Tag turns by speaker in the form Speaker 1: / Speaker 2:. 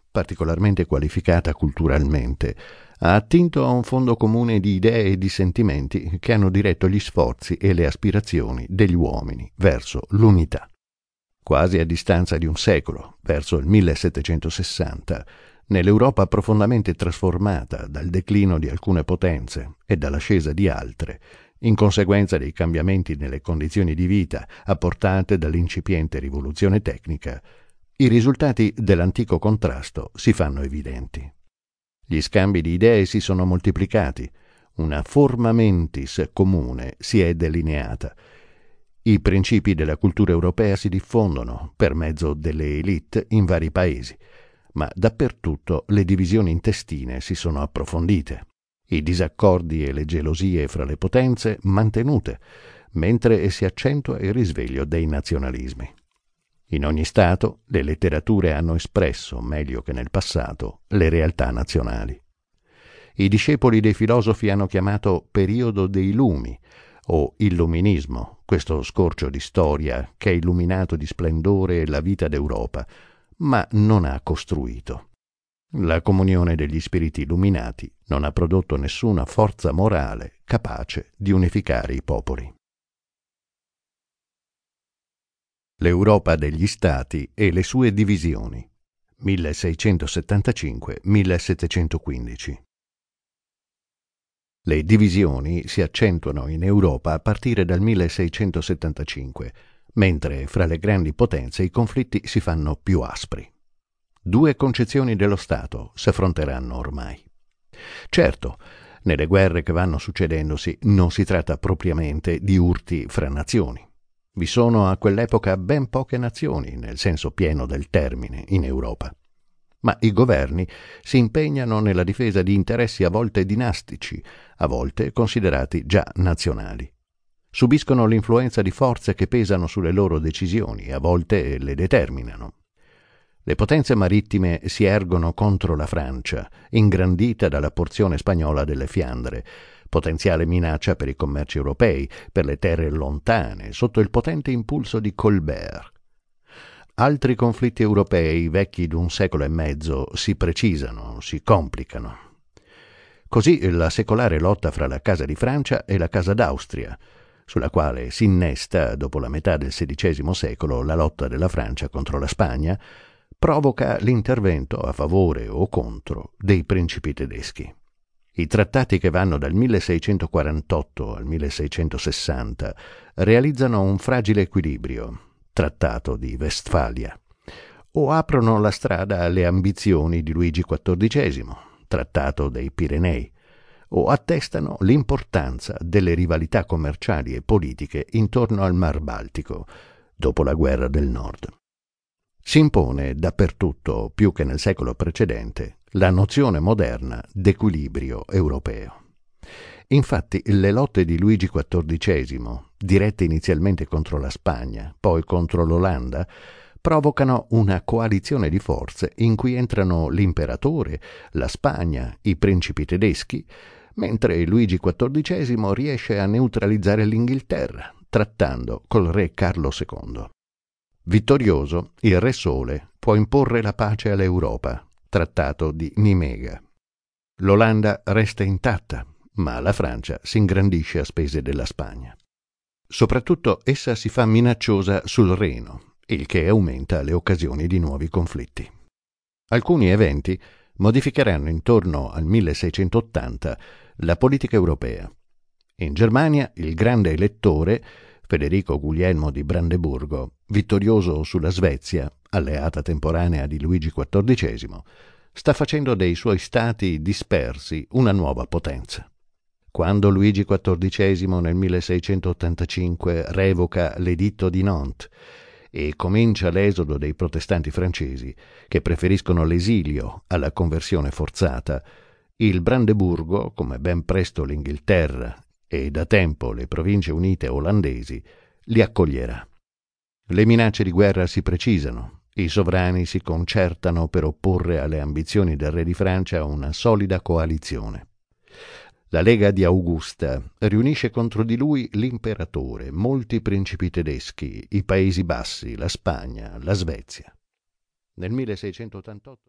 Speaker 1: particolarmente qualificata culturalmente, ha attinto a un fondo comune di idee e di sentimenti che hanno diretto gli sforzi e le aspirazioni degli uomini verso l'unità. Quasi a distanza di un secolo, verso il 1760, nell'Europa profondamente trasformata dal declino di alcune potenze e dall'ascesa di altre, in conseguenza dei cambiamenti nelle condizioni di vita apportate dall'incipiente rivoluzione tecnica, i risultati dell'antico contrasto si fanno evidenti. Gli scambi di idee si sono moltiplicati, una forma mentis comune si è delineata. I principi della cultura europea si diffondono per mezzo delle élite in vari paesi, ma dappertutto le divisioni intestine si sono approfondite, i disaccordi e le gelosie fra le potenze mantenute, mentre si accentua il risveglio dei nazionalismi. In ogni Stato le letterature hanno espresso, meglio che nel passato, le realtà nazionali. I discepoli dei filosofi hanno chiamato periodo dei lumi o illuminismo questo scorcio di storia che ha illuminato di splendore la vita d'Europa, ma non ha costruito. La comunione degli spiriti illuminati non ha prodotto nessuna forza morale capace di unificare i popoli. L'Europa degli Stati e le sue divisioni, 1675-1715. Le divisioni si accentuano in Europa a partire dal 1675, mentre fra le grandi potenze i conflitti si fanno più aspri. Due concezioni dello Stato si affronteranno ormai. Certo, nelle guerre che vanno succedendosi non si tratta propriamente di urti fra nazioni. Vi sono a quell'epoca ben poche nazioni, nel senso pieno del termine, in Europa. Ma i governi si impegnano nella difesa di interessi a volte dinastici, a volte considerati già nazionali. Subiscono l'influenza di forze che pesano sulle loro decisioni e a volte le determinano. Le potenze marittime si ergono contro la Francia, ingrandita dalla porzione spagnola delle Fiandre, potenziale minaccia per i commerci europei, per le terre lontane, sotto il potente impulso di Colbert. Altri conflitti europei, vecchi d'un secolo e mezzo, si precisano, si complicano. Così la secolare lotta fra la Casa di Francia e la Casa d'Austria, sulla quale si innesta, dopo la metà del XVI secolo, la lotta della Francia contro la Spagna, provoca l'intervento a favore o contro dei principi tedeschi. I trattati che vanno dal 1648 al 1660 realizzano un fragile equilibrio, Trattato di Westfalia, o aprono la strada alle ambizioni di Luigi XIV, Trattato dei Pirenei, o attestano l'importanza delle rivalità commerciali e politiche intorno al Mar Baltico, dopo la guerra del Nord. Si impone dappertutto, più che nel secolo precedente, la nozione moderna d'equilibrio europeo. Infatti le lotte di Luigi XIV, dirette inizialmente contro la Spagna, poi contro l'Olanda, provocano una coalizione di forze in cui entrano l'imperatore, la Spagna, i principi tedeschi, mentre Luigi XIV riesce a neutralizzare l'Inghilterra, trattando col re Carlo II. Vittorioso, il Re Sole può imporre la pace all'Europa, Trattato di Nimega. L'Olanda resta intatta, ma la Francia si ingrandisce a spese della Spagna. Soprattutto essa si fa minacciosa sul Reno, il che aumenta le occasioni di nuovi conflitti. Alcuni eventi modificheranno intorno al 1680 la politica europea. In Germania il grande elettore Federico Guglielmo di Brandeburgo, vittorioso sulla Svezia, alleata temporanea di Luigi XIV, sta facendo dei suoi stati dispersi una nuova potenza. Quando Luigi XIV nel 1685 revoca l'editto di Nantes e comincia l'esodo dei protestanti francesi, che preferiscono l'esilio alla conversione forzata, il Brandeburgo, come ben presto l'Inghilterra e da tempo le Province Unite olandesi, li accoglierà. Le minacce di guerra si precisano, i sovrani si concertano per opporre alle ambizioni del re di Francia una solida coalizione. La Lega di Augusta riunisce contro di lui l'imperatore, molti principi tedeschi, i Paesi Bassi, la Spagna, la Svezia. Nel 1688